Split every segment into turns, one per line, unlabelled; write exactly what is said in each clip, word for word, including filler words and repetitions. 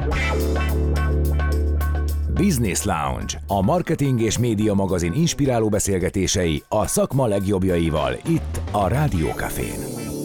Business Lounge, a marketing és média magazin inspiráló beszélgetései a szakma legjobbjaival itt a Rádió Cafén.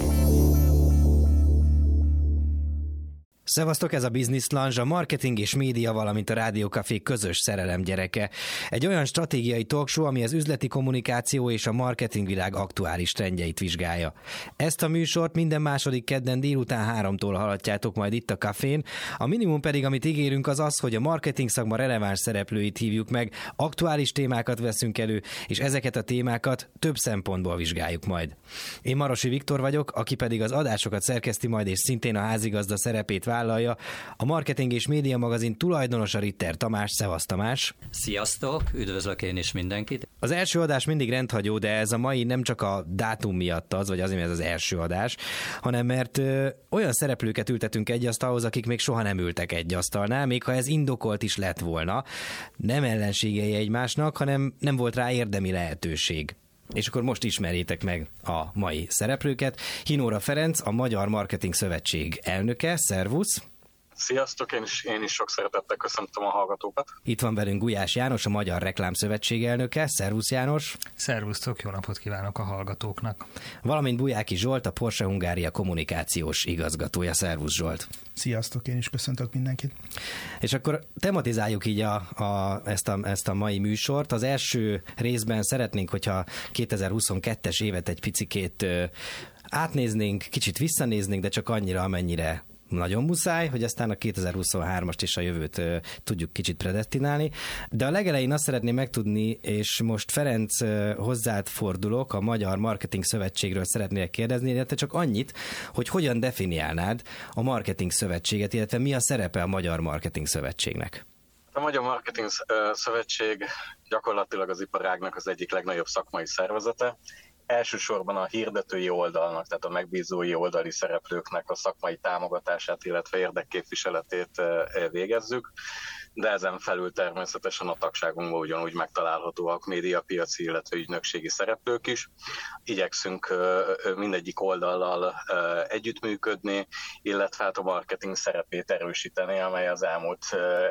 Szevasztok, ez a Business Lounge, a marketing és média, valamint a Rádió Café közös szerelem gyereke. Egy olyan stratégiai talkshow, ami az üzleti kommunikáció és a marketingvilág aktuális trendjeit vizsgálja. Ezt a műsort minden második kedden délután háromtól hallhatjátok majd itt a Cafén. A minimum pedig, amit ígérünk, az az, hogy a marketing szakma releváns szereplőit hívjuk meg, aktuális témákat veszünk elő, és ezeket a témákat több szempontból vizsgáljuk majd. Én Marosi Viktor vagyok, aki pedig az adásokat szerkeszti majd, és szintén a házigazda szerepét vállalja. A marketing és média magazin tulajdonosa Ritter Tamás. Szevasz, Tamás!
Sziasztok! Üdvözlök én is mindenkit!
Az első adás mindig rendhagyó, de ez a mai nem csak a dátum miatt az, vagy azért, mert ez az első adás, hanem mert ö, olyan szereplőket ültetünk egy asztalhoz, akik még soha nem ültek egy asztalnál, még ha ez indokolt is lett volna. Nem ellenségei egymásnak, hanem nem volt rá érdemi lehetőség. És akkor most ismerjétek meg a mai szereplőket. Hinóra Ferenc, a Magyar Marketing Szövetség elnöke. Szervusz!
Sziasztok, én is, én is sok szeretettel köszöntöm a hallgatókat.
Itt van velünk Gulyás János, a Magyar Reklám Szövetség elnöke. Szervusz, János!
Szervusztok, jó napot kívánok a hallgatóknak!
Valamint Bujáki Zsolt, a Porsche Hungária kommunikációs igazgatója. Szervusz, Zsolt!
Sziasztok, én is köszöntök mindenkit!
És akkor tematizáljuk így a, a, ezt, a, ezt a mai műsort. Az első részben szeretnénk, hogyha kétezer-huszonkettes évet egy picikét ö, átnéznénk, kicsit visszanéznénk, de csak annyira, amennyire nagyon muszáj, hogy aztán a kétezer-huszonhármast és a jövőt uh, tudjuk kicsit predestinálni. De a legelején azt szeretném megtudni, és most Ferenc, uh, hozzád fordulok, a Magyar Marketing Szövetségről szeretnék kérdezni, illetve csak annyit, hogy hogyan definiálnád a Marketing Szövetséget, illetve mi a szerepe a Magyar Marketing Szövetségnek?
A Magyar Marketing Szövetség gyakorlatilag az iparágnak az egyik legnagyobb szakmai szervezete. Elsősorban a hirdetői oldalnak, tehát a megbízói oldali szereplőknek a szakmai támogatását, illetve érdekképviseletét végezzük, de ezen felül természetesen a tagságunkban ugyanúgy megtalálhatóak médiapiaci, illetve ügynökségi szereplők is. Igyekszünk mindegyik oldallal együttműködni, illetve hát a marketing szerepét erősíteni, amely az elmúlt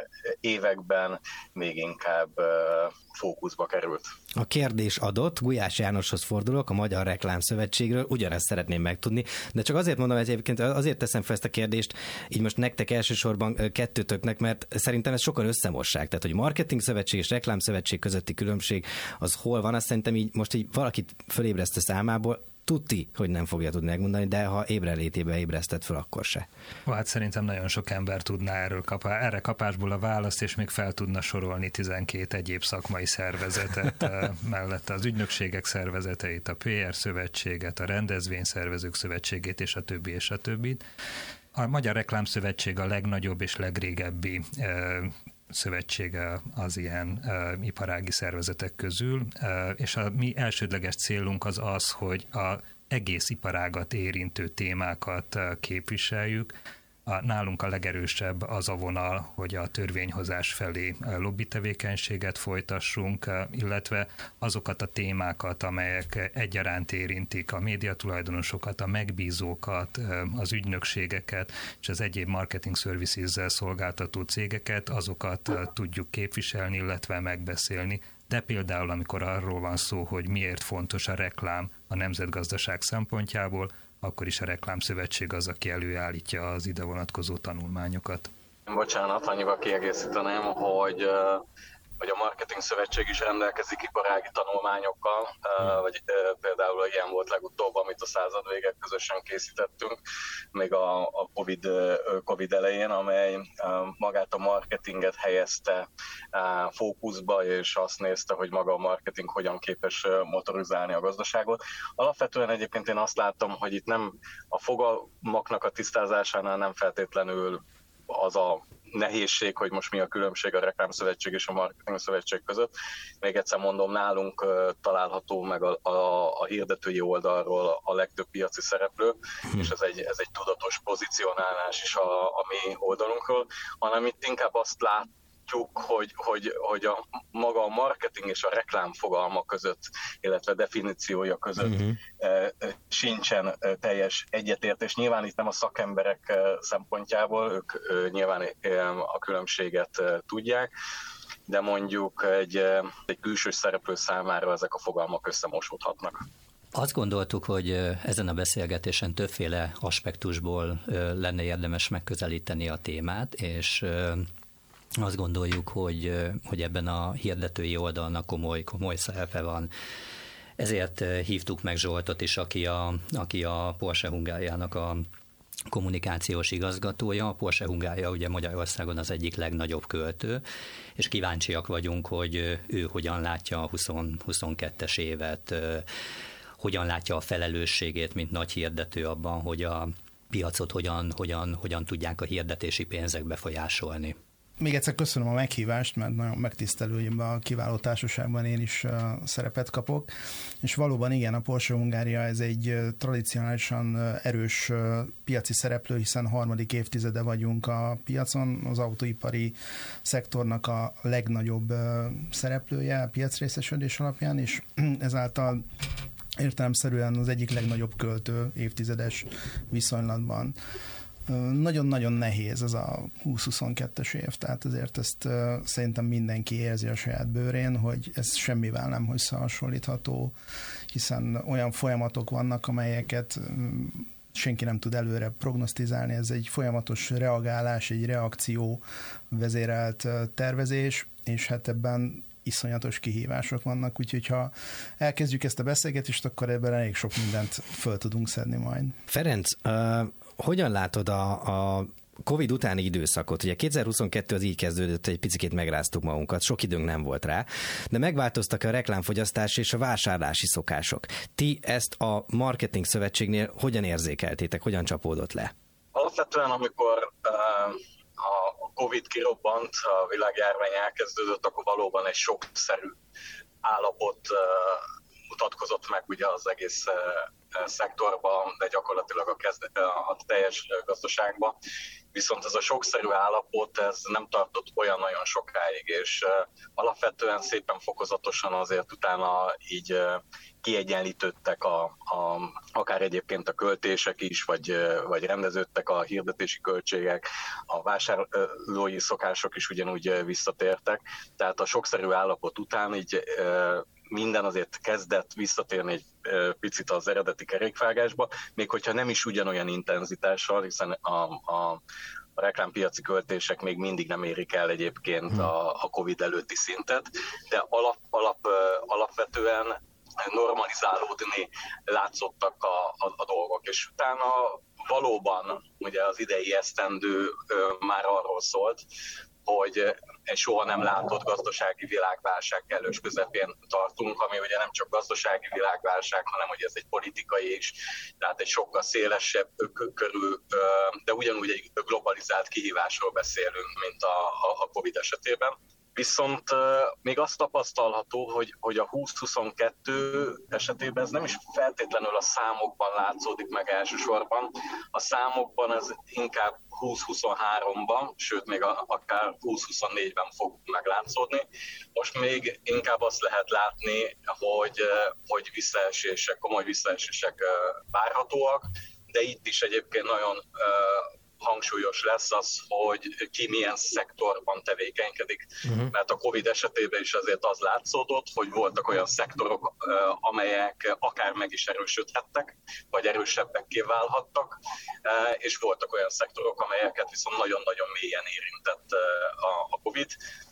években még inkább fókuszba került.
A kérdés adott, Gulyás Jánoshoz fordulok, a Magyar Reklám Szövetségről, ugyanezt szeretném megtudni, de csak azért mondom, hogy egyébként azért teszem fel ezt a kérdést, így most nektek elsősorban kettőtöknek, mert szerintem ez sokan összemossák, tehát hogy Marketing Szövetség és Reklám Szövetség közötti különbség az hol van, azt szerintem így most így valakit fölébreszt a számából, tuti, hogy nem fogja tudni megmondani, de ha ébrenlétébe ébresztett föl, akkor se.
Hát szerintem nagyon sok ember tudná erről kapá, erre kapásból a választ, és még fel tudna sorolni tizenkét egyéb szakmai szervezetet, mellette az ügynökségek szervezeteit, a pé er szövetséget, a rendezvényszervezők szövetségét, és a többi, és a többit. A Magyar Reklám Szövetség a legnagyobb és legrégebbi szövetsége az ilyen uh, iparági szervezetek közül, uh, és a mi elsődleges célunk az az, hogy a egész iparágat érintő témákat uh, képviseljük. A, nálunk a legerősebb az a vonal, hogy a törvényhozás felé lobby tevékenységet folytassunk, illetve azokat a témákat, amelyek egyaránt érintik a médiatulajdonosokat, a megbízókat, az ügynökségeket és az egyéb marketing services szolgáltató cégeket, azokat tudjuk képviselni, illetve megbeszélni. De például, amikor arról van szó, hogy miért fontos a reklám a nemzetgazdaság szempontjából, akkor is a Reklámszövetség az, aki előállítja az ide vonatkozó tanulmányokat.
Bocsánat, annyival kiegészíteném, hogy, hogy a Marketing Szövetség is rendelkezik iparági tanulmányokkal, hmm. vagy például ilyen volt legutóbb, amit a század vége közösen készítettünk, még a, a COVID, COVID elején, amely magát a marketinget helyezte fókuszba, és azt nézte, hogy maga a marketing hogyan képes motorizálni a gazdaságot. Alapvetően egyébként én azt láttam, hogy itt nem a fogalmaknak a tisztázásánál nem feltétlenül az a nehézség, hogy most mi a különbség a Reklámszövetség és a Marketing Szövetség között. Még egyszer mondom, nálunk uh, található meg a, a, a hirdetői oldalról a legtöbb piaci szereplő, hmm. és ez egy, ez egy tudatos pozicionálás is a, a mi oldalunkról, hanem itt inkább azt lát, látjuk, hogy, hogy, hogy a maga a marketing és a reklám fogalma között, illetve definíciója között uh-huh. sincsen teljes egyetértés. Nyilván itt nem a szakemberek szempontjából, ők nyilván a különbséget tudják, de mondjuk egy, egy külső szereplő számára ezek a fogalmak összemosódhatnak.
Azt gondoltuk, hogy ezen a beszélgetésen többféle aspektusból lenne érdemes megközelíteni a témát, és azt gondoljuk, hogy, hogy ebben a hirdetői oldalnak komoly, komoly szerepe van. Ezért hívtuk meg Zsoltot is, aki a, aki a Porsche Hungáriának a kommunikációs igazgatója. A Porsche Hungária ugye Magyarországon az egyik legnagyobb költő, és kíváncsiak vagyunk, hogy ő hogyan látja a huszonkettes évet, hogyan látja a felelősségét, mint nagy hirdető abban, hogy a piacot hogyan, hogyan, hogyan tudják a hirdetési pénzek befolyásolni.
Még egyszer köszönöm a meghívást, mert nagyon megtisztelő, hogy a kiváló társaságban én is szerepet kapok. És valóban igen, a Porsche Hungária ez egy tradicionálisan erős piaci szereplő, hiszen harmadik évtizede vagyunk a piacon, az autóipari szektornak a legnagyobb szereplője a piacrészesedés alapján, és ezáltal értelemszerűen az egyik legnagyobb költő évtizedes viszonylatban. Nagyon-nagyon nehéz ez a húsz-huszonkettes év, tehát ezért ezt uh, szerintem mindenki érzi a saját bőrén, hogy ez semmivel nem összehasonlítható, hiszen olyan folyamatok vannak, amelyeket um, senki nem tud előre prognosztizálni, ez egy folyamatos reagálás, egy reakció vezérelt uh, tervezés, és hát ebben iszonyatos kihívások vannak, úgyhogy ha elkezdjük ezt a beszélgetést, akkor ebben elég sok mindent föl tudunk szedni majd.
Ferenc, uh... hogyan látod a, a Covid utáni időszakot? Ugye kétezer-huszonkettő az így kezdődött, hogy egy picit megráztuk magunkat, sok időnk nem volt rá, de megváltoztak a reklámfogyasztás és a vásárlási szokások. Ti ezt a Marketing Szövetségnél hogyan érzékeltétek, hogyan csapódott le?
Alapvetően, amikor uh, a Covid kirobbant, a világjárvány elkezdődött, akkor valóban egy sokszerű állapot uh, mutatkozott meg ugye az egész uh, szektorban, de gyakorlatilag a, kezdet, a teljes gazdaságban. Viszont ez a sokszerű állapot, ez nem tartott olyan nagyon sokáig, és alapvetően szépen fokozatosan azért utána így kiegyenlítődtek a, a, akár egyébként a költések is, vagy, vagy rendeződtek a hirdetési költségek, a vásárlói szokások is ugyanúgy visszatértek. Tehát a sokszerű állapot után így minden azért kezdett visszatérni egy picit az eredeti kerékvágásba, még hogyha nem is ugyanolyan intenzitással, hiszen a, a, a reklámpiaci költések még mindig nem érik el egyébként a, a Covid előtti szintet, de alap, alap, alapvetően normalizálódni látszottak a, a, a dolgok, és utána valóban ugye az idei esztendő már arról szólt, hogy egy soha nem látott gazdasági világválság kellős közepén tartunk, ami ugye nem csak gazdasági világválság, hanem hogy ez egy politikai is, tehát egy sokkal szélesebb körül, de ugyanúgy egy globalizált kihívásról beszélünk, mint a, a Covid esetében. Viszont uh, még azt tapasztalható, hogy, hogy a húsz-huszonkettő esetében ez nem is feltétlenül a számokban látszódik meg elsősorban. A számokban ez inkább húsz-huszonháromban, sőt még a, akár húsz-huszonnégyben fog meglátszódni. Most még inkább azt lehet látni, hogy, hogy visszaesések, komoly visszaesések várhatóak, de itt is egyébként nagyon hangsúlyos lesz az, hogy ki milyen szektorban tevékenykedik. Uh-huh. Mert a Covid esetében is azért az látszódott, hogy voltak olyan szektorok, amelyek akár meg is erősödhettek, vagy erősebbekké válhattak, és voltak olyan szektorok, amelyeket viszont nagyon-nagyon mélyen érintett a Covid.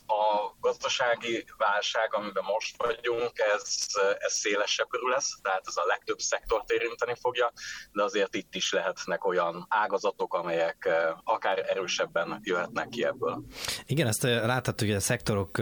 A gazdasági válság, amiben most vagyunk, ez, ez szélesebb körül lesz, tehát ez a legtöbb szektort érinteni fogja, de azért itt is lehetnek olyan ágazatok, amelyek akár erősebben jöhetnek ki ebből.
Igen, azt láthattuk, hogy a szektorok,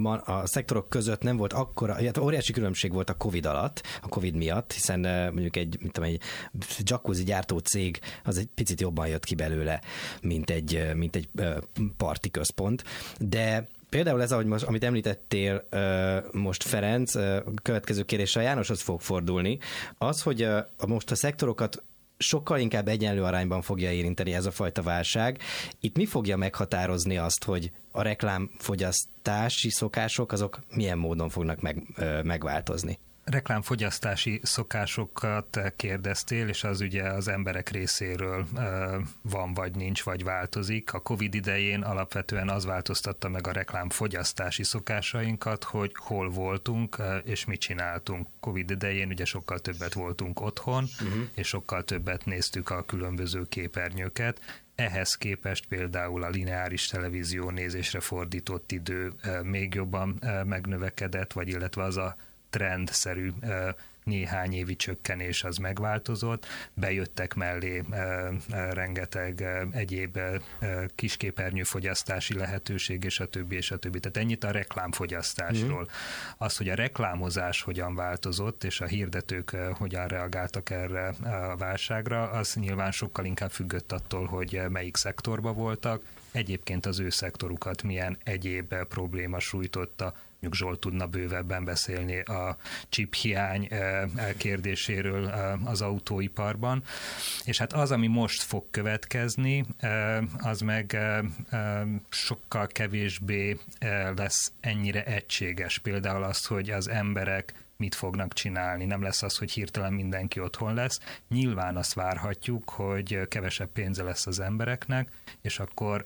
a szektorok között nem volt akkora, hát óriási különbség volt a Covid alatt, a Covid miatt, hiszen mondjuk egy, mint tudom, egy jacuzzi gyártó cég az egy picit jobban jött ki belőle, mint egy, mint egy parti központ, de például ez, ahogy most, amit említettél most, Ferenc, következő kérdéssel Jánoshoz fog fordulni, az, hogy most a szektorokat sokkal inkább egyenlő arányban fogja érinteni ez a fajta válság. Itt mi fogja meghatározni azt, hogy a reklámfogyasztási szokások azok milyen módon fognak meg, ö, megváltozni?
Reklámfogyasztási szokásokat kérdeztél, és az ugye az emberek részéről van, vagy nincs, vagy változik. A Covid idején alapvetően az változtatta meg a reklámfogyasztási szokásainkat, hogy hol voltunk, és mit csináltunk. Covid idején ugye sokkal többet voltunk otthon, uh-huh. és sokkal többet néztük a különböző képernyőket. Ehhez képest például a lineáris televízió nézésre fordított idő még jobban megnövekedett, vagy illetve az a trendszerű néhány évi csökkenés az megváltozott, bejöttek mellé rengeteg egyéb kisképernyőfogyasztási lehetőség, és a többi, és a többi. Tehát ennyit a reklámfogyasztásról. Mm. Az, hogy a reklámozás hogyan változott, és a hirdetők hogyan reagáltak erre a válságra, az nyilván sokkal inkább függött attól, hogy melyik szektorban voltak, egyébként az ő szektorukat milyen egyéb probléma sújtotta. Mondjuk Zsolt tudna bővebben beszélni a chip hiány kérdéséről az autóiparban. És hát az, ami most fog következni, az meg sokkal kevésbé lesz ennyire egységes. Például az, hogy az emberek mit fognak csinálni. Nem lesz az, hogy hirtelen mindenki otthon lesz. Nyilván azt várhatjuk, hogy kevesebb pénze lesz az embereknek, és akkor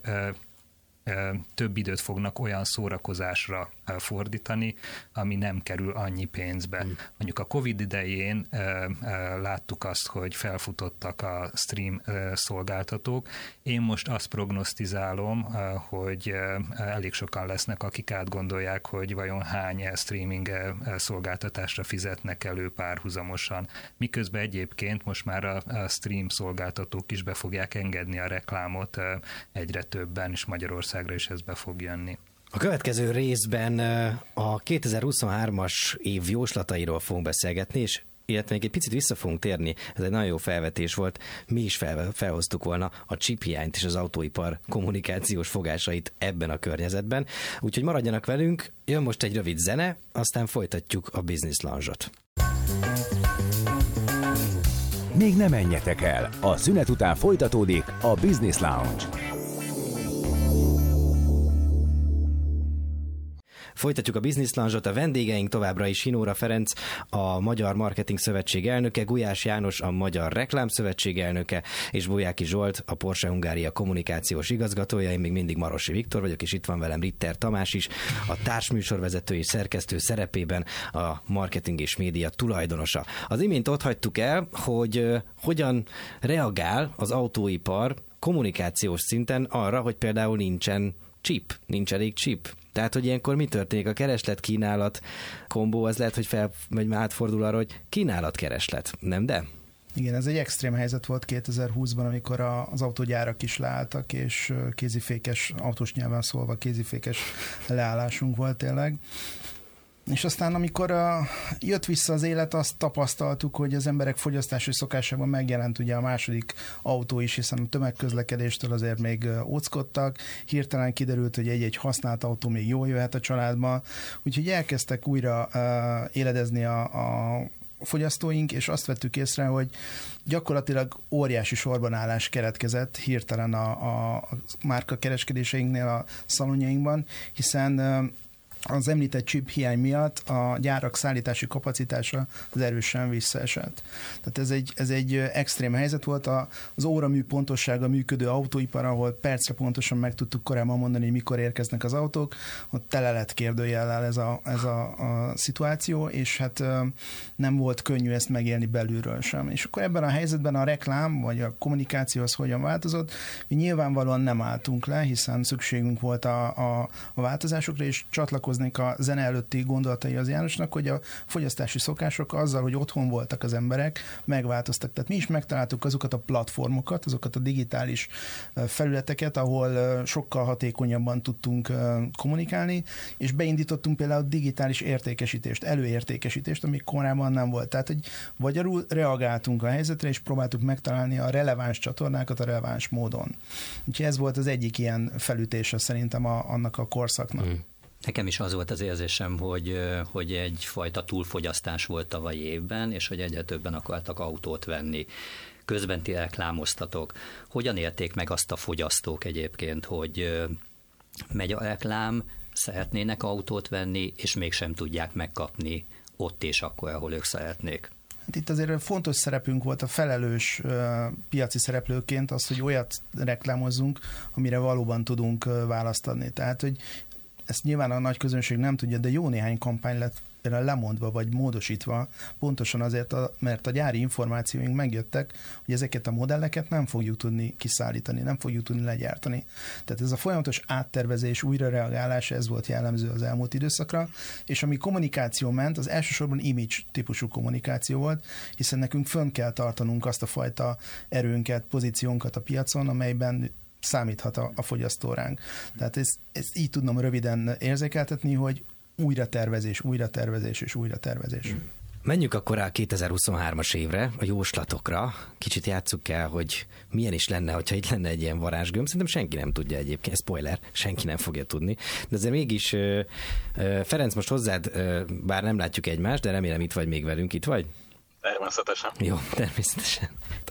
több időt fognak olyan szórakozásra fordítani, ami nem kerül annyi pénzbe. Mm. Mondjuk a Covid idején láttuk azt, hogy felfutottak a stream szolgáltatók. Én most azt prognosztizálom, hogy elég sokan lesznek, akik átgondolják, hogy vajon hány streaming szolgáltatásra fizetnek elő párhuzamosan. Miközben egyébként most már a stream szolgáltatók is be fogják engedni a reklámot egyre többen, és Magyarországra is ez be fog jönni.
A következő részben a kétezer-huszonhármas év jóslatairól fogunk beszélgetni, és illetve még egy picit vissza fogunk térni, ez egy nagyon jó felvetés volt, mi is fel, felhoztuk volna a chip hiányt és az autóipar kommunikációs fogásait ebben a környezetben, úgyhogy maradjanak velünk, jön most egy rövid zene, aztán folytatjuk a Business Lounge-ot.
Még ne menjetek el, a szünet után folytatódik a Business Lounge.
Folytatjuk a Business Lounge-ot, a vendégeink továbbra is Hinóra Ferenc, a Magyar Marketing Szövetség elnöke, Gulyás János, a Magyar Reklám Szövetség elnöke, és Bolyáki Zsolt, a Porsche Hungária kommunikációs igazgatója, én még mindig Marosi Viktor vagyok, és itt van velem Ritter Tamás is, a társműsorvezető és szerkesztő szerepében a marketing és média tulajdonosa. Az imént ott hagytuk el, hogy uh, hogyan reagál az autóipar kommunikációs szinten arra, hogy például nincsen chip, nincs elég chip. Tehát, hogy ilyenkor mi történik? A kereslet-kínálat kombó az lehet, hogy fel, vagy átfordul arra, hogy kínálat-kereslet, nem de?
Igen, ez egy extrém helyzet volt kétezer-húszban, amikor a, az autógyárak is leálltak, és kézifékes, autós nyelven szólva kézifékes leállásunk volt tényleg. És aztán, amikor uh, jött vissza az élet, azt tapasztaltuk, hogy az emberek fogyasztási szokásában megjelent ugye a második autó is, hiszen a tömegközlekedéstől azért még uh, óckodtak. Hirtelen kiderült, hogy egy-egy használt autó még jól jöhet a családba. Úgyhogy elkezdtek újra uh, éledezni a, a fogyasztóink, és azt vettük észre, hogy gyakorlatilag óriási sorbanállás keretkezett hirtelen a, a, a márka kereskedéseinknél, a szalonjainkban, hiszen uh, az említett chip hiány miatt a gyárak szállítási kapacitása az erősen visszaesett. Tehát ez egy, ez egy extrém helyzet volt. Az óramű pontossága működő autóipar, ahol percre pontosan meg tudtuk korábban mondani, hogy mikor érkeznek az autók, ott tele lett kérdőjellel ez a, ez a, a szituáció, és hát nem volt könnyű ezt megélni belülről sem. És akkor ebben a helyzetben a reklám, vagy a kommunikáció az hogyan változott? Mi nyilvánvalóan nem álltunk le, hiszen szükségünk volt a, a, a változásokra, és csatlakoztunk a zene előtti gondolatai az Jánosnak, hogy a fogyasztási szokások azzal, hogy otthon voltak az emberek, megváltoztak. Tehát mi is megtaláltuk azokat a platformokat, azokat a digitális felületeket, ahol sokkal hatékonyabban tudtunk kommunikálni, és beindítottunk például digitális értékesítést, előértékesítést, ami korábban nem volt. Tehát, hogy magyarul reagáltunk a helyzetre, és próbáltuk megtalálni a releváns csatornákat a releváns módon. Úgyhogy ez volt az egyik ilyen felütése szerintem a, annak a korszaknak. Hmm.
Nekem is az volt az érzésem, hogy, hogy egyfajta túlfogyasztás volt tavalyi évben, és hogy egyre többen akartak autót venni. közben ti reklámoztatok. Hogyan élték meg azt a fogyasztók egyébként, hogy megy a reklám, szeretnének autót venni, és mégsem tudják megkapni ott és akkor, ahol ők szeretnék?
Hát itt azért fontos szerepünk volt a felelős uh, piaci szereplőként az, hogy olyat reklámozzunk, amire valóban tudunk uh, választ adni. Tehát, hogy ezt nyilván a nagy közönség nem tudja, de jó néhány kampány lett például lemondva vagy módosítva, pontosan azért, a, mert a gyári információink megjöttek, hogy ezeket a modelleket nem fogjuk tudni kiszállítani, nem fogjuk tudni legyártani. Tehát ez a folyamatos áttervezés, újrareagálás, ez volt jellemző az elmúlt időszakra, és ami kommunikáció ment, az elsősorban image típusú kommunikáció volt, hiszen nekünk fönn kell tartanunk azt a fajta erőnket, pozíciónkat a piacon, amelyben számíthat a, a fogyasztó ránk. Tehát ezt, ezt így tudnom röviden érzékeltetni, hogy újra tervezés, újra tervezés és újra tervezés.
Menjünk akkor a kétezer-huszonhármas évre, a jóslatokra. Kicsit játsszuk el, hogy milyen is lenne, hogyha itt lenne egy ilyen varázsgömb. Szerintem senki nem tudja egyébként, spoiler, senki nem fogja tudni. De azért mégis, Ferenc, most hozzád, bár nem látjuk egymást, de remélem itt vagy még velünk. Itt vagy?
Természetesen.
Jó, természetesen.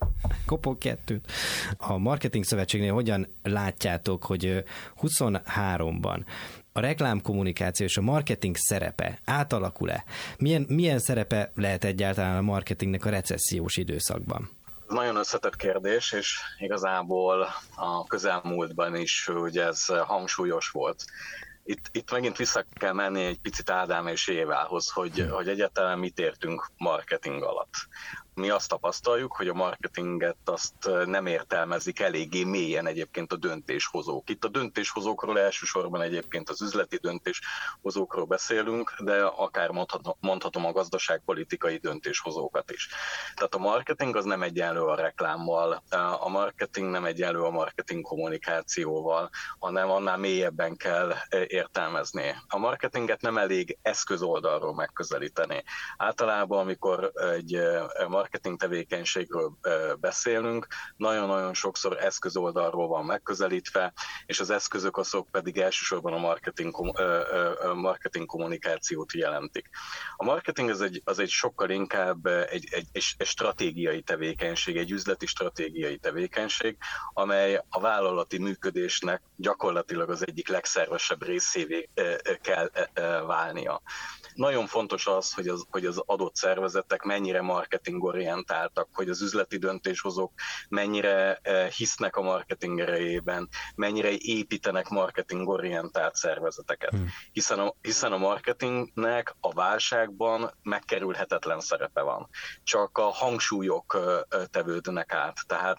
Kopog kettőt. A Marketing Szövetségnél hogyan látjátok, hogy huszonháromban a reklámkommunikáció és a marketing szerepe átalakul-e? Milyen, milyen szerepe lehet egyáltalán a marketingnek a recessziós időszakban?
Nagyon összetett kérdés, és igazából a közelmúltban is ugye ez hangsúlyos volt. Itt, itt megint vissza kell menni egy picit Ádám és Évához, hogy, hmm. hogy egyáltalán mit értünk marketing alatt. Mi azt tapasztaljuk, hogy a marketinget azt nem értelmezik eléggé mélyen egyébként a döntéshozók. Itt a döntéshozókról elsősorban egyébként az üzleti döntéshozókról beszélünk, de akár mondhatom, mondhatom a gazdaságpolitikai döntéshozókat is. Tehát a marketing az nem egyenlő a reklámmal, a marketing nem egyenlő a marketing kommunikációval, hanem annál mélyebben kell értelmezni. A marketinget nem elég eszközoldalról megközelíteni. Általában, amikor egy marketing tevékenységről beszélünk, nagyon-nagyon sokszor eszközoldalról van megközelítve, és az eszközök azok pedig elsősorban a marketing, marketing kommunikációt jelentik. A marketing az egy, az egy sokkal inkább egy, egy, egy stratégiai tevékenység, egy üzleti stratégiai tevékenység, amely a vállalati működésnek gyakorlatilag az egyik legszervesebb részévé kell válnia. Nagyon fontos az, hogy az, hogy az adott szervezetek mennyire marketingorientáltak, hogy az üzleti döntéshozók mennyire hisznek a marketing erejében, mennyire építenek marketingorientált szervezeteket. Hmm. Hiszen, a, hiszen a marketingnek a válságban megkerülhetetlen szerepe van. Csak a hangsúlyok tevődnek át. Tehát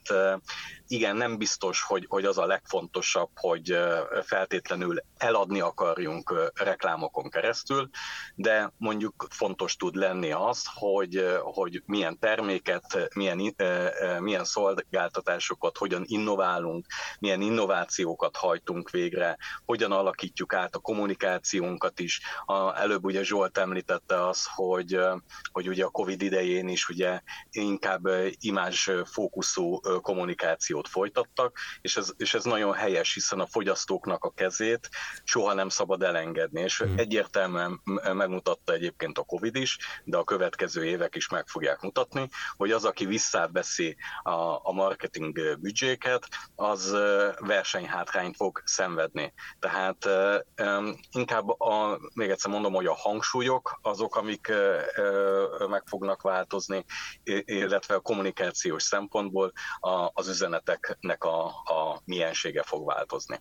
igen, nem biztos, hogy, hogy az a legfontosabb, hogy feltétlenül eladni akarjunk reklámokon keresztül, de mondjuk fontos tud lenni az, hogy, hogy milyen terméket, milyen, milyen szolgáltatásokat, hogyan innoválunk, milyen innovációkat hajtunk végre, hogyan alakítjuk át a kommunikációnkat is. A, előbb ugye Zsolt említette az, hogy, hogy ugye a Covid idején is ugye inkább imázs fókuszú kommunikációt folytattak, és ez, és ez nagyon helyes, hiszen a fogyasztóknak a kezét soha nem szabad elengedni, és hmm. egyértelműen megmutatta egyébként a Covid is, de a következő évek is meg fogják mutatni, hogy az, aki visszaveszi a, a marketing büdzséket, az versenyhátrányt fog szenvedni. Tehát um, inkább, a, még egyszer mondom, hogy a hangsúlyok azok, amik uh, meg fognak változni, illetve a kommunikációs szempontból a, az üzeneteknek a, a miensége fog változni.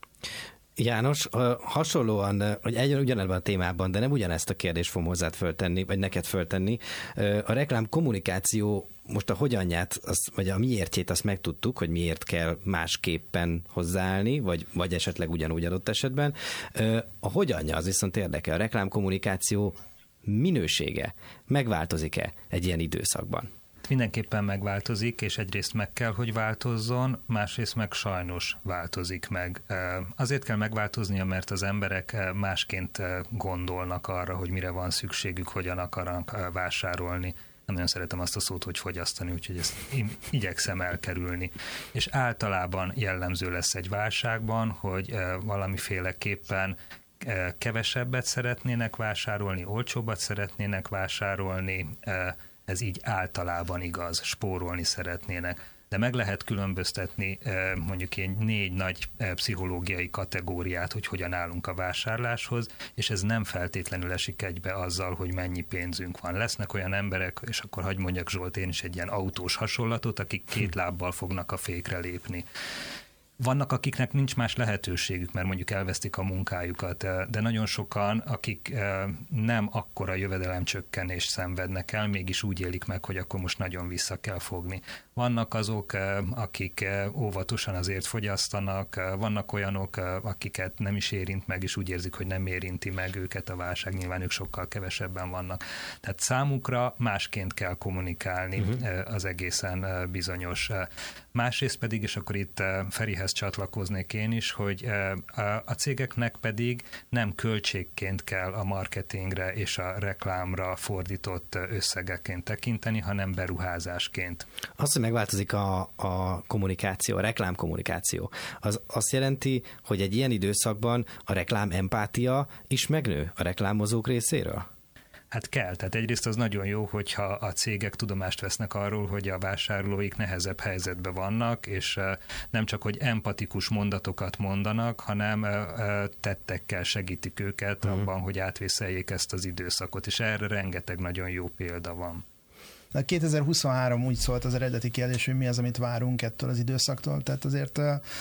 János, hasonlóan, hogy egy ugyanebben a témában, de nem ugyanezt a kérdést fogom hozzád föltenni, vagy neked föltenni. A reklám kommunikáció most a hogyanját, az, vagy a miértjét azt megtudtuk, hogy miért kell másképpen hozzáállni, vagy, vagy esetleg ugyanúgy adott esetben. A hogyanja az viszont érdekel. A reklámkommunikáció minősége megváltozik-e egy ilyen időszakban?
Mindenképpen megváltozik, és egyrészt meg kell, hogy változzon, másrészt meg sajnos változik meg. Azért kell megváltoznia, mert az emberek másként gondolnak arra, hogy mire van szükségük, hogyan akarnak vásárolni. Nem nagyon szeretem azt a szót, hogy fogyasztani, úgyhogy ezt igyekszem elkerülni. És általában jellemző lesz egy válságban, hogy valamiféleképpen kevesebbet szeretnének vásárolni, olcsóbbat szeretnének vásárolni, ez így általában igaz, spórolni szeretnének. de meg lehet különböztetni mondjuk ilyen négy nagy pszichológiai kategóriát, hogy hogyan állunk a vásárláshoz, és ez nem feltétlenül esik egybe azzal, hogy mennyi pénzünk van. Lesznek olyan emberek, és akkor hadd mondjak, Zsolt, én is egy ilyen autós hasonlatot, akik két lábbal fognak a fékre lépni. Vannak, akiknek nincs más lehetőségük, mert mondjuk elvesztik a munkájukat, de nagyon sokan, akik nem akkora jövedelemcsökkenést szenvednek el, mégis úgy élik meg, hogy akkor most nagyon vissza kell fogni. Vannak azok, akik óvatosan azért fogyasztanak, vannak olyanok, akiket nem is érint meg, és úgy érzik, hogy nem érinti meg őket a válság, nyilván ők sokkal kevesebben vannak. Tehát számukra másként kell kommunikálni, uh-huh. az egészen bizonyos. Másrészt pedig, és akkor itt Ferihez csatlakoznék én is, hogy a cégeknek pedig nem költségként kell a marketingre és a reklámra fordított összegeként tekinteni, hanem beruházásként.
Az, hogy megváltozik a, a kommunikáció, a reklámkommunikáció, az azt jelenti, hogy egy ilyen időszakban a reklám empátia is megnő a reklámozók részéről?
Hát kell, tehát egyrészt az nagyon jó, hogyha a cégek tudomást vesznek arról, hogy a vásárlóik nehezebb helyzetben vannak, és nem csak, hogy empatikus mondatokat mondanak, hanem tettekkel segítik őket uh-huh. abban, hogy átvészeljék ezt az időszakot, és erre rengeteg nagyon jó példa van.
De kétezer-huszonhárom úgy szólt az eredeti kérdés, hogy mi az, amit várunk ettől az időszaktól, tehát azért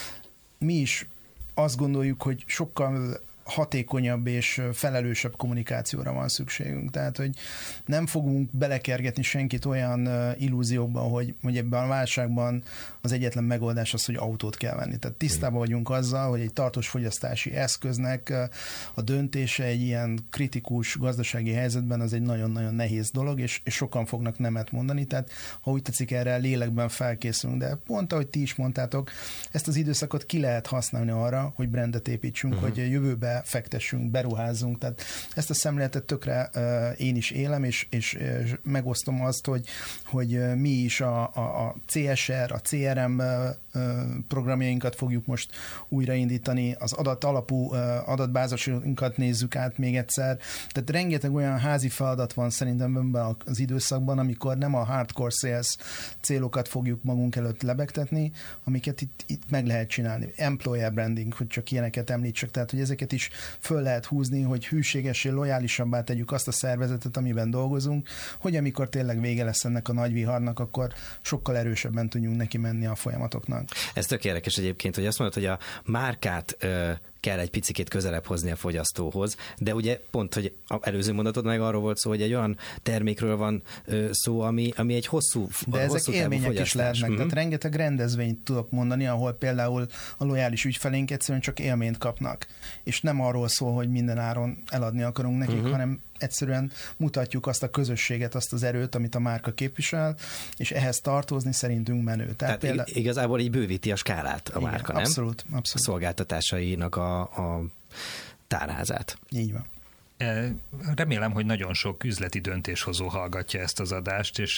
mi is azt gondoljuk, hogy sokkal hatékonyabb és felelősebb kommunikációra van szükségünk. Tehát, hogy nem fogunk belekergetni senkit olyan illúziókban, hogy, hogy ebben a válságban az egyetlen megoldás az, hogy autót kell venni. Tehát tisztában vagyunk azzal, hogy egy tartós fogyasztási eszköznek a döntése egy ilyen kritikus gazdasági helyzetben az egy nagyon-nagyon nehéz dolog, és, és sokan fognak nemet mondani. Tehát, ha úgy tetszik, erre lélekben felkészülünk. De pont, ahogy ti is mondtátok, ezt az időszakot ki lehet használni arra, hogy brandet építsünk, uh-huh. hogy jövőbe fektessünk, beruházzunk. Tehát ezt a szemléletet tökre uh, én is élem, és, és, és megosztom azt, hogy, hogy mi is a, a, a cé es er, a cé er em uh, programjainkat fogjuk most újraindítani, az adat alapú uh, adatbázisunkat nézzük át még egyszer. Tehát rengeteg olyan házi feladat van szerintem ebben az időszakban, amikor nem a hardcore sales célokat fogjuk magunk előtt lebegtetni, amiket itt, itt meg lehet csinálni. Employer branding, hogy csak ilyeneket említsek, tehát hogy ezeket is föl lehet húzni, hogy hűségessé, lojálisabbá tegyük azt a szervezetet, amiben dolgozunk, hogy amikor tényleg vége lesz ennek a nagy viharnak, akkor sokkal erősebben tudjunk neki menni a folyamatoknak.
Ez tök érdekes egyébként, hogy azt mondod, hogy a márkát ö, kell egy picikét közelebb hozni a fogyasztóhoz, de ugye pont, hogy az előző mondatod meg arról volt szó, hogy egy olyan termékről van ö, szó, ami, ami egy hosszú
De ezek
hosszú
élmények is lehetnek,
uh-huh.
tehát rengeteg rendezvényt tudok mondani, ahol például a lojális ügyfelénk egyszerűen csak élményt kapnak, és nem arról szól, hogy minden áron eladni akarunk nekik, uh-huh. hanem egyszerűen mutatjuk azt a közösséget, azt az erőt, amit a márka képvisel, és ehhez tartozni szerintünk menő. Tehát,
Tehát például... igazából így bővíti a skálát a
igen,
márka, nem?
Abszolút, abszolút.
A szolgáltatásainak a, a tárházát.
Így van.
Remélem, hogy nagyon sok üzleti döntéshozó hallgatja ezt az adást, és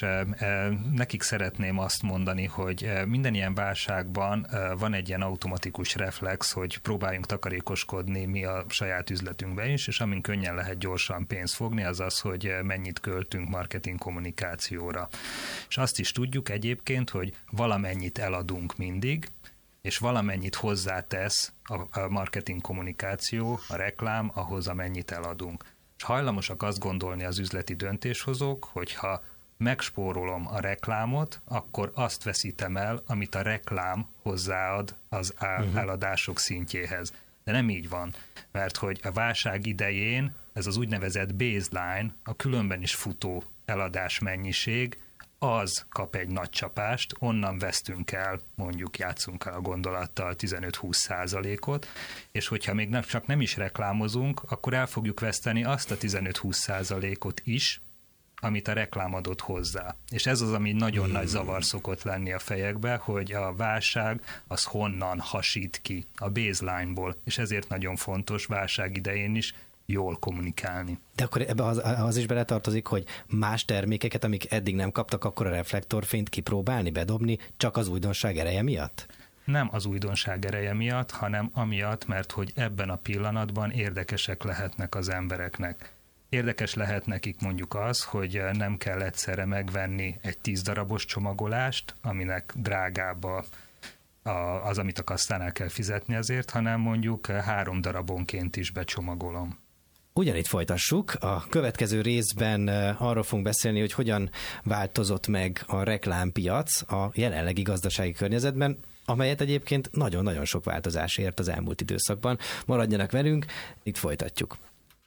nekik szeretném azt mondani, hogy minden ilyen válságban van egy ilyen automatikus reflex, hogy próbáljunk takarékoskodni mi a saját üzletünkben is, és amin könnyen lehet gyorsan pénzt fogni, az az, hogy mennyit költünk marketing kommunikációra. És azt is tudjuk egyébként, hogy valamennyit eladunk mindig, és valamennyit hozzátesz a marketing kommunikáció, a reklám ahhoz, amennyit eladunk. És hajlamosak azt gondolni az üzleti döntéshozók, hogy ha megspórolom a reklámot, akkor azt veszítem el, amit a reklám hozzáad az eladások szintjéhez. De nem így van, mert hogy a válság idején ez az úgynevezett baseline, a különben is futó eladás mennyiség, az kap egy nagy csapást, onnan vesztünk el, mondjuk játszunk el a gondolattal tizenöt-húsz százalékot, és hogyha még csak nem is reklámozunk, akkor el fogjuk veszteni azt a tizenöt-húsz százalékot is, amit a reklám adott hozzá. És ez az, ami nagyon hmm. nagy zavar szokott lenni a fejekbe, hogy a válság az honnan hasít ki a baseline-ból, és ezért nagyon fontos válság idején is jól kommunikálni.
De akkor ebbe az, az is beletartozik, hogy más termékeket, amik eddig nem kaptak, akkor a reflektorfényt kipróbálni, bedobni, csak az újdonság ereje miatt?
Nem az újdonság ereje miatt, hanem amiatt, mert hogy ebben a pillanatban érdekesek lehetnek az embereknek. Érdekes lehet nekik mondjuk az, hogy nem kell egyszerre megvenni egy tíz darabos csomagolást, aminek drágább a az, amit a kasszánál kell fizetni azért, hanem mondjuk három darabonként is becsomagolom.
Ugyanitt folytassuk. A következő részben arról fogunk beszélni, hogy hogyan változott meg a reklámpiac a jelenlegi gazdasági környezetben, amelyet egyébként nagyon-nagyon sok változás ért az elmúlt időszakban. Maradjanak velünk, itt folytatjuk.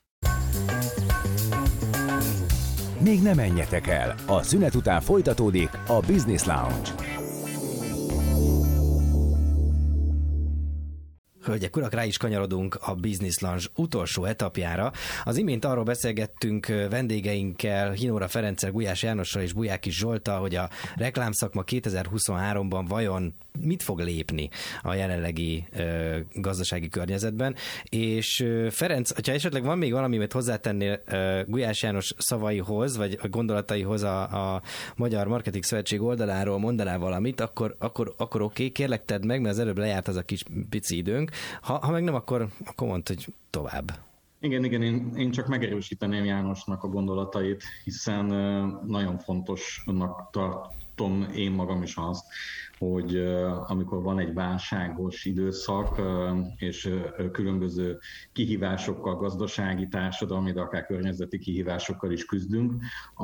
Még ne menjetek el, a szünet után folytatódik a Business Lounge.
Hölgyek, urak, rá is kanyarodunk a Business Lounge utolsó etapjára. Az imént arról beszélgettünk vendégeinkkel, Hinóra Ferenccel, Gulyás Jánossal és Bujákis Zsolttal, hogy a reklámszakma kétezer-huszonháromban vajon mit fog lépni a jelenlegi ö, gazdasági környezetben. És ö, Ferenc, hogyha esetleg van még valami, amit hozzátennél ö, Gulyás János szavaihoz, vagy a gondolataihoz a, a Magyar Marketing Szövetség oldaláról mondanál valamit, akkor, akkor, akkor oké, okay, kérlek tedd meg, mert az előbb lejárt az a kis pici időnk. Ha, ha meg nem, akkor, akkor mondd, hogy tovább.
Igen, igen, én, én csak megerősíteném Jánosnak a gondolatait, hiszen nagyon fontosnak tartom én magam is azt, hogy amikor van egy válságos időszak, és különböző kihívásokkal, gazdasági, társadalmi, de akár környezeti kihívásokkal is küzdünk,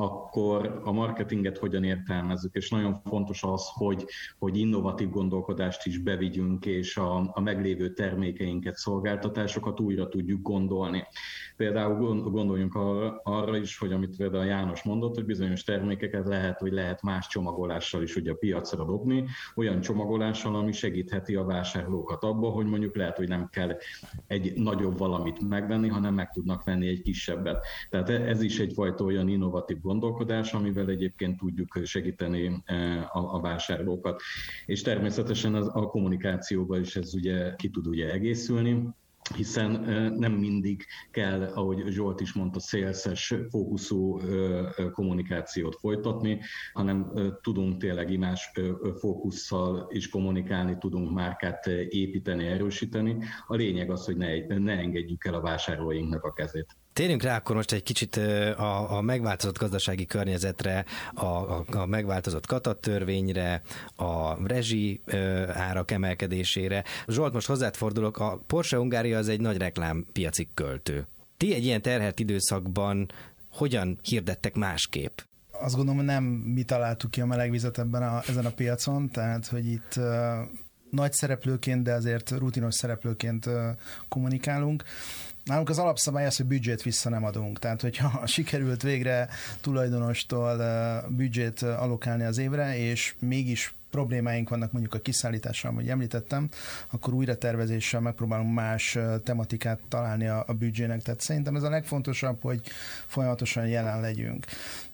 akkor a marketinget hogyan értelmezzük, és nagyon fontos az, hogy, hogy innovatív gondolkodást is bevigyünk, és a, a meglévő termékeinket, szolgáltatásokat újra tudjuk gondolni. Például gondoljunk arra, arra is, hogy amit például János mondott, hogy bizonyos termékeket lehet, hogy lehet más csomagolással is ugye a piacra dobni, olyan csomagolással, ami segítheti a vásárlókat abba, hogy mondjuk lehet, hogy nem kell egy nagyobb valamit megvenni, hanem meg tudnak venni egy kisebbet. Tehát ez is egyfajta olyan innovatív gondolkodás, amivel egyébként tudjuk segíteni a, a vásárlókat. És természetesen az, a kommunikációban is ez ugye ki tud ugye egészülni, hiszen nem mindig kell, ahogy Zsolt is mondta, szélszes, fókuszú kommunikációt folytatni, hanem tudunk tényleg imás fókusszal is kommunikálni, tudunk márkát építeni, erősíteni. A lényeg az, hogy ne, ne engedjük el a vásárlóinknak a kezét.
Térjünk rá akkor most egy kicsit a, a megváltozott gazdasági környezetre, a, a, a megváltozott katattörvényre, a rezsi árak emelkedésére. Zsolt, most hozzád fordulok, a Porsche Hungária az egy nagy reklámpiaci költő. Ti egy ilyen terhelt időszakban hogyan hirdettek másképp?
Azt gondolom, hogy nem mi találtuk ki a melegvizet ebben a, ezen a piacon, tehát hogy itt uh, nagy szereplőként, de azért rutinos szereplőként uh, kommunikálunk. Nálunk az alapszabály az, hogy büdzsét vissza nem adunk. Tehát, hogyha sikerült végre tulajdonostól büdzsét allokálni az évre, és mégis problémáink vannak mondjuk a kiszállítással, ahogy említettem, akkor újra tervezéssel megpróbálunk más tematikát találni a, a büdzsének. Tehát szerintem ez a legfontosabb, hogy folyamatosan jelen legyünk.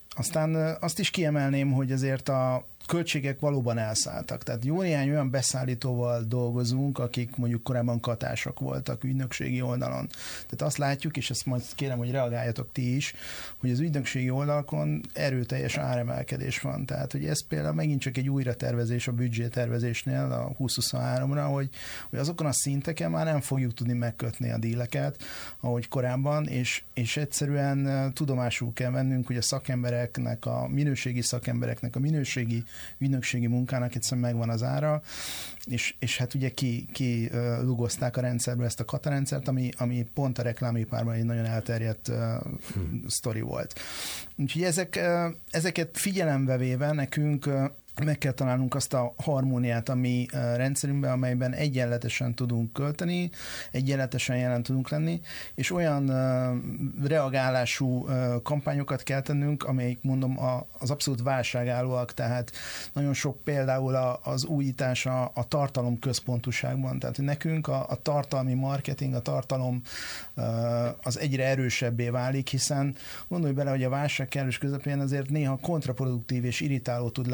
Aztán azt is kiemelném, hogy azért a költségek valóban elszálltak. Tehát jó néhány olyan beszállítóval dolgozunk, akik mondjuk korábban katások voltak ügynökségi oldalon. Tehát azt látjuk, és ezt majd kérem, hogy reagáljatok ti is, hogy az ügynökségi oldalakon erőteljes áremelkedés van. Tehát, hogy ez például megint csak egy újratervezés a büdzsétervezésnél a húsz huszonháromra, hogy, hogy azokon a szinteken már nem fogjuk tudni megkötni a díleket, ahogy korábban, és, és egyszerűen tudomásul kell vennünk, hogy a szakembereknek, a minőségi szakembereknek, a minőségi ügynökségi munkának egyszerűen megvan az ára, és, és hát ugye ki, ki uh, lugozták a rendszerből ezt a katarendszert, ami, ami pont a reklámipárban egy nagyon elterjedt uh, hmm. sztori volt. Úgyhogy ezek, uh, ezeket figyelembe véve nekünk uh, meg kell találnunk azt a harmóniát a mi rendszerünkben, amelyben egyenletesen tudunk költeni, egyenletesen jelen tudunk lenni, és olyan uh, reagálású uh, kampányokat kell tennünk, amelyik mondom a, az abszolút válságállóak, tehát nagyon sok például a, az újítás a, a tartalom központúságban, tehát nekünk a, a tartalmi marketing, a tartalom uh, az egyre erősebbé válik, hiszen gondolj bele, hogy a válság kellős közepén azért néha kontraproduktív és irritáló tud lenni, ha valaki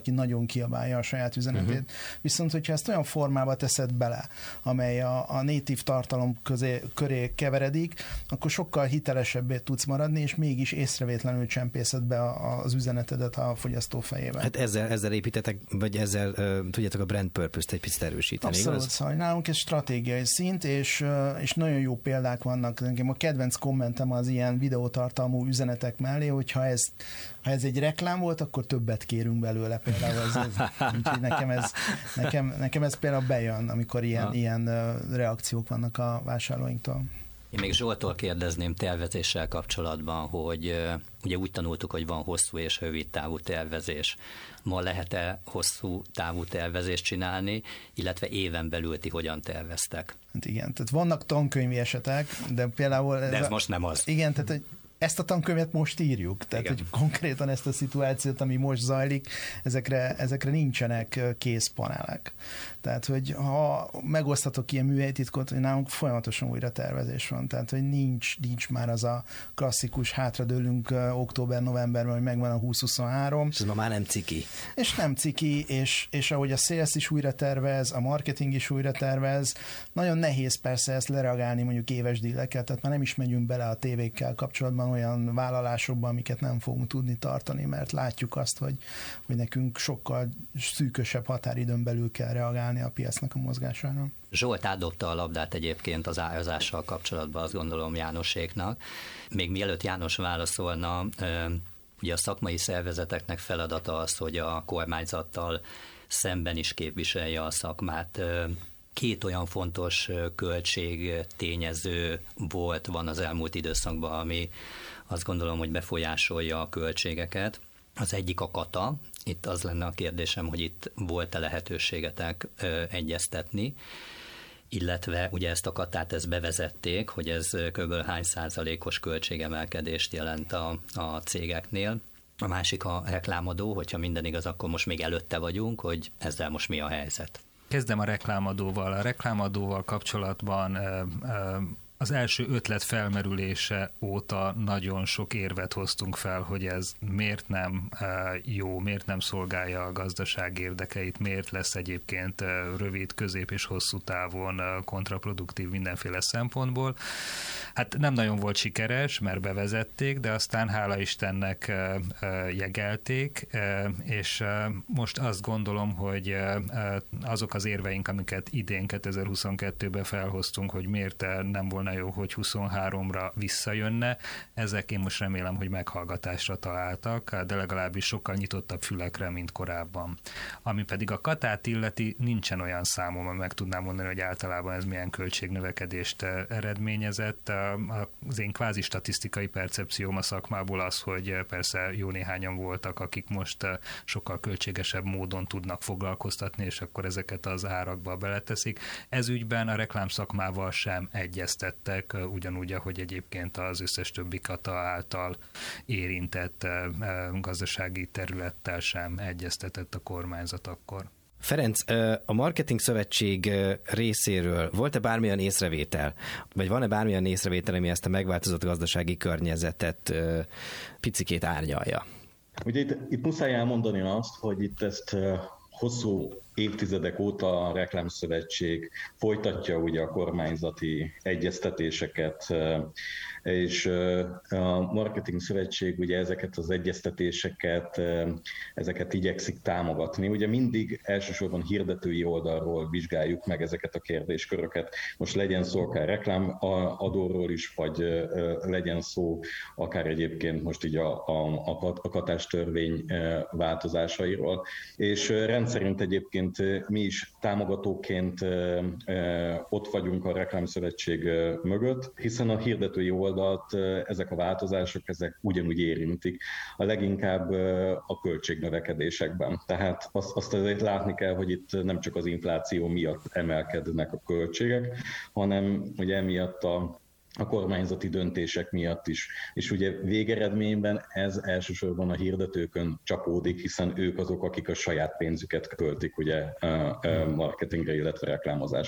valaki nagyon kiabálja a saját üzenetét. Uh-huh. Viszont, hogyha ezt olyan formába teszed bele, amely a, a natív tartalom közé, köré keveredik, akkor sokkal hitelesebbé tudsz maradni, és mégis észrevétlenül csempészed be az üzenetedet a fogyasztó fejébe.
Hát ezzel, ezzel építetek, vagy ezzel uh, tudjátok a brand purpose-t egy picit erősíteni,
Abszolút,
igaz?
szóval nálunk ez stratégiai szint, és, uh, és nagyon jó példák vannak. Nekem a kedvenc kommentem az ilyen videótartalmú üzenetek mellé, hogyha ez, ha ez egy reklám volt, akkor többet kérünk belőle például. Ez, ez, úgyhogy nekem ez, nekem, nekem ez például bejön, amikor ilyen, ilyen uh, reakciók vannak a vásárlóinktól.
Én még Zsoltól kérdezném tervezéssel kapcsolatban, hogy uh, ugye úgy tanultuk, hogy van hosszú és rövid távú tervezés. Ma lehet-e hosszú távú tervezést csinálni, illetve éven belül ti hogyan terveztek?
Hát igen, tehát vannak tankönyvi esetek, de például... Ez
de ez
a,
most nem az.
Igen, tehát hogy ezt a tankönyvet most írjuk, tehát
igen.
hogy konkrétan ezt a szituációt, ami most zajlik, ezekre, ezekre nincsenek kész panelek. Tehát, hogy ha megosztatok ilyen műhelytitkot, hogy nálunk folyamatosan újra tervezés van, tehát, hogy nincs, nincs már az a klasszikus hátradőlünk október-novemberben, hogy megvan a húsz huszonhárom.
És ez ma már nem ciki.
És nem ciki, és, és ahogy a sales is újra tervez, a marketing is újra tervez, nagyon nehéz persze ezt lereagálni mondjuk éves dílekkel, tehát már nem is megyünk bele a tévékkel kapcsolatban olyan vállalásokban, amiket nem fogunk tudni tartani, mert látjuk azt, hogy, hogy nekünk sokkal szűkösebb határidőn belül kell reagálni a piacnak a mozgására.
Zsolt átdobta a labdát egyébként az árazással kapcsolatban, azt gondolom Jánoséknak. Még mielőtt János válaszolna, ugye a szakmai szervezeteknek feladata az, hogy a kormányzattal szemben is képviselje a szakmát. Két olyan fontos költségtényező volt, van az elmúlt időszakban, ami azt gondolom, hogy befolyásolja a költségeket. Az egyik a kata. Itt az lenne a kérdésem, hogy itt volt-e lehetőségetek ö, egyeztetni, illetve ugye ezt a katát ezt bevezették, hogy ez kb. Hány százalékos költségemelkedést jelent a, a cégeknél. A másik a reklámadó, hogyha minden igaz, akkor most még előtte vagyunk, hogy ezzel most mi a helyzet.
Kezdem a reklámadóval. A reklámadóval kapcsolatban az első ötlet felmerülése óta nagyon sok érvet hoztunk fel, hogy ez miért nem jó, miért nem szolgálja a gazdaság érdekeit, miért lesz egyébként rövid, közép és hosszú távon kontraproduktív mindenféle szempontból. Hát nem nagyon volt sikeres, mert bevezették, de aztán hála Istennek jegelték, és most azt gondolom, hogy azok az érveink, amiket idén kétezer-huszonkettőben felhoztunk, hogy miért nem volna jó, hogy huszonháromra visszajönne, ezek én most remélem, hogy meghallgatásra találtak, de legalábbis sokkal nyitottabb fülekre, mint korábban. Ami pedig a katát illeti, nincsen olyan számom, ami meg tudnám mondani, hogy általában ez milyen költségnövekedést eredményezett. Az én kvázi statisztikai percepcióm a szakmából az, hogy persze jó néhányan voltak, akik most sokkal költségesebb módon tudnak foglalkoztatni, és akkor ezeket az árakba beleteszik. Ez ügyben a reklámszakmával sem egyeztettek, ugyanúgy, ahogy egyébként az összes többi kata által érintett gazdasági területtel sem egyeztetett a kormányzat akkor.
Ferenc, a Marketing Szövetség részéről volt-e bármilyen észrevétel, vagy van-e bármilyen észrevétel, ami ezt a megváltozott gazdasági környezetet picikét árnyalja?
Ugye itt, itt muszáj elmondani azt, hogy itt ezt hosszú évtizedek óta a Reklámszövetség folytatja ugye a kormányzati egyeztetéseket, és a Marketing Szövetség ugye ezeket az egyeztetéseket, ezeket igyekszik támogatni. Ugye mindig elsősorban hirdetői oldalról vizsgáljuk meg ezeket a kérdésköröket. Most legyen szó akár reklámadóról is, vagy legyen szó akár egyébként most így a, a, a katástörvény változásairól. És rendszerint egyébként mi is támogatóként ott vagyunk a Reklámszövetség mögött, hiszen a hirdetői oldalt ezek a változások, ezek ugyanúgy érintik, a leginkább a költségnövekedésekben. Tehát azt, azt azért látni kell, hogy itt nem csak az infláció miatt emelkednek a költségek, hanem ugye emiatt a a kormányzati döntések miatt is. És ugye végeredményben ez elsősorban a hirdetőkön csapódik, hiszen ők azok, akik a saját pénzüket költik ugye marketingre, illetve reklámozásra.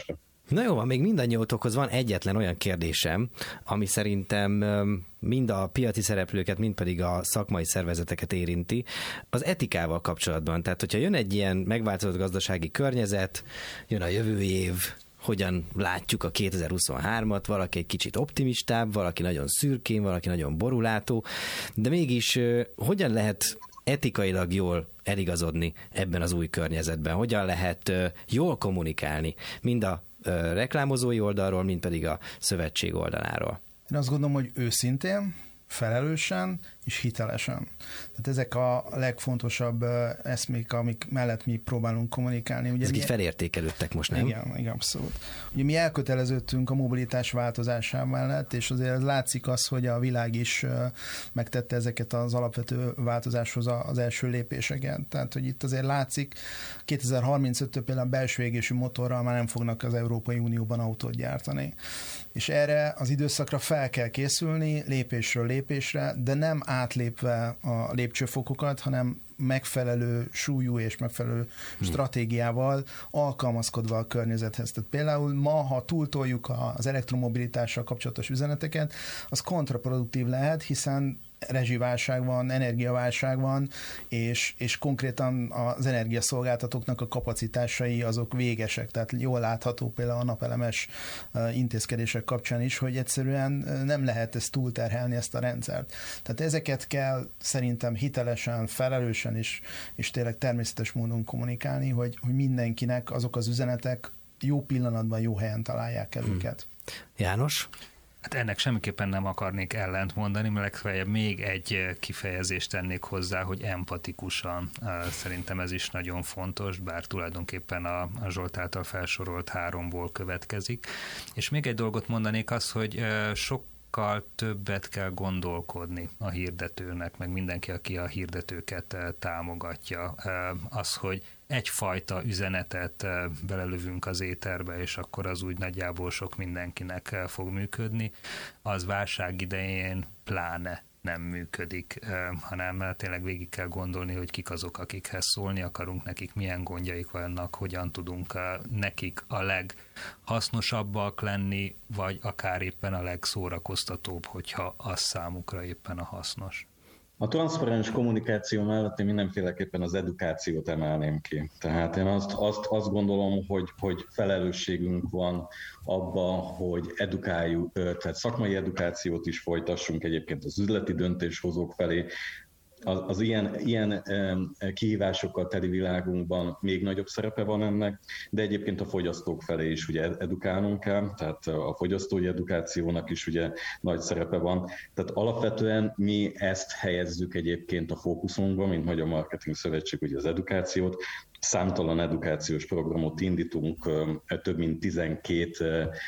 Na jó, van, még mindannyiótokhoz van egyetlen olyan kérdésem, ami szerintem mind a piaci szereplőket, mind pedig a szakmai szervezeteket érinti, az etikával kapcsolatban. Tehát, hogyha jön egy ilyen megváltozott gazdasági környezet, jön a jövő év, hogyan látjuk a kétezer-huszonhármat, valaki egy kicsit optimistább, valaki nagyon szürkén, valaki nagyon borulátó, de mégis hogyan lehet etikailag jól eligazodni ebben az új környezetben? Hogyan lehet jól kommunikálni, mind a reklámozói oldalról, mind pedig a szövetség oldaláról?
Én azt gondolom, hogy őszintén, felelősen és hitelesen. Tehát ezek a legfontosabb eszmék, amik mellett mi próbálunk kommunikálni. Ugye
ezek
mi...
így felértékelődtek most, nem?
Igen, igen, abszolút. Ugye mi elköteleződtünk a mobilitás változásán mellett, és azért látszik az, hogy a világ is megtette ezeket az alapvető változáshoz az első lépéseket. Tehát, hogy itt azért látszik, kétezer-harmincöttől például belső égésű motorral már nem fognak az Európai Unióban autót gyártani. És erre az időszakra fel kell készülni, lépésről lépésre, de nem átlépve a lépcsőfokokat, hanem megfelelő súlyú és megfelelő hmm. stratégiával alkalmazkodva a környezethez. Tehát például ma, ha túltoljuk az elektromobilitással kapcsolatos üzeneteket, az kontraproduktív lehet, hiszen rezsiválság van, energiaválság van, és, és konkrétan az energiaszolgáltatóknak a kapacitásai azok végesek. Tehát jól látható például a napelemes intézkedések kapcsán is, hogy egyszerűen nem lehet ezt túlterhelni, ezt a rendszert. Tehát ezeket kell szerintem hitelesen, felelősen és, és tényleg természetes módon kommunikálni, hogy, hogy mindenkinek azok az üzenetek jó pillanatban, jó helyen találják el hmm. őket.
János?
Hát ennek semmiképpen nem akarnék ellent mondani, mert legfeljebb még egy kifejezést tennék hozzá, hogy empatikusan. Szerintem ez is nagyon fontos, bár tulajdonképpen a, a Zsolt által felsorolt háromból következik. És még egy dolgot mondanék, az, hogy sok sokkal többet kell gondolkodni a hirdetőnek, meg mindenki, aki a hirdetőket támogatja. Az, hogy egyfajta üzenetet belelövünk az éterbe, és akkor az úgy nagyjából sok mindenkinek fog működni, az válság idején pláne nem működik, hanem tényleg végig kell gondolni, hogy kik azok, akikhez szólni akarunk, nekik milyen gondjaik vannak, hogyan tudunk nekik a leghasznosabbak lenni, vagy akár éppen a legszórakoztatóbb, hogyha az számukra éppen a hasznos.
A transzparens kommunikáció mellett én mindenféleképpen az edukációt emelném ki. Tehát én azt, azt, azt gondolom, hogy, hogy felelősségünk van abban, hogy edukáljuk, tehát szakmai edukációt is folytassunk egyébként az üzleti döntéshozók felé. Az, az ilyen, ilyen kihívásokkal teli világunkban még nagyobb szerepe van ennek, de egyébként a fogyasztók felé is ugye edukálnunk kell, tehát a fogyasztói edukációnak is ugye nagy szerepe van. Tehát alapvetően mi ezt helyezzük egyébként a fókuszunkba, mint Magyar Marketing Szövetség, ugye az edukációt. Számtalan edukációs programot indítunk, több mint tizenkét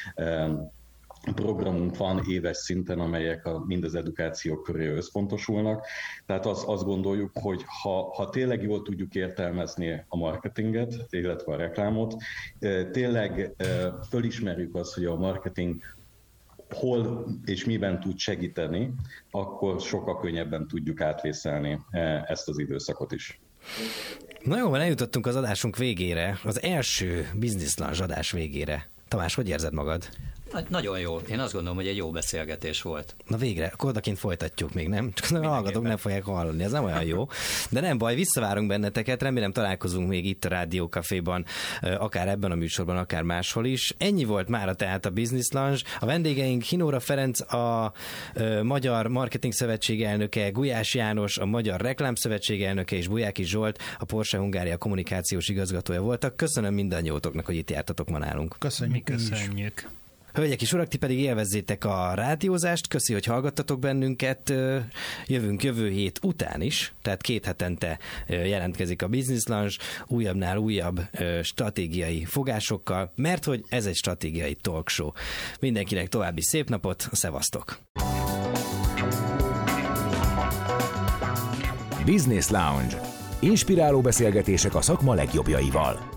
programunk van éves szinten, amelyek a, mind az edukáció köré összpontosulnak. Tehát azt, azt gondoljuk, hogy ha, ha tényleg jól tudjuk értelmezni a marketinget, illetve a reklámot, tényleg fölismerjük azt, hogy a marketing hol és miben tud segíteni, akkor sokkal könnyebben tudjuk átvészelni ezt az időszakot is.
Na jó, eljutottunk az adásunk végére, az első Business Lounge adás végére. Tamás, hogy érzed magad?
Nagyon jó. Én azt gondolom, hogy egy jó beszélgetés volt.
Na végre, kodaként folytatjuk még, nem? Csak a hallgatók nem fogják hallani, ez nem olyan jó. De nem baj, visszavárunk benneteket, remélem találkozunk még itt a Rádió Caféban, akár ebben a műsorban, akár máshol is. Ennyi volt mára tehát a Business Lounge. A vendégeink Hinóra Ferenc, a Magyar Marketing Szövetség elnöke, Gulyás János, a Magyar Reklám Szövetség elnöke, és Bujáki Zsolt, a Porsche Hungária kommunikációs igazgatója voltak. Köszönöm mindannyiótoknak, hogy itt jártatok ma nálunk.
Köszönjük. Köszönjük.
Hölgyek és urak, ti pedig élvezzétek a rádiózást, köszi, hogy hallgattatok bennünket, jövünk jövő hét után is, tehát két hetente jelentkezik a Business Lounge, újabbnál újabb stratégiai fogásokkal, mert hogy ez egy stratégiai talk show. Mindenkinek további szép napot, szevasztok!
Business Lounge. Inspiráló beszélgetések a szakma legjobbjaival.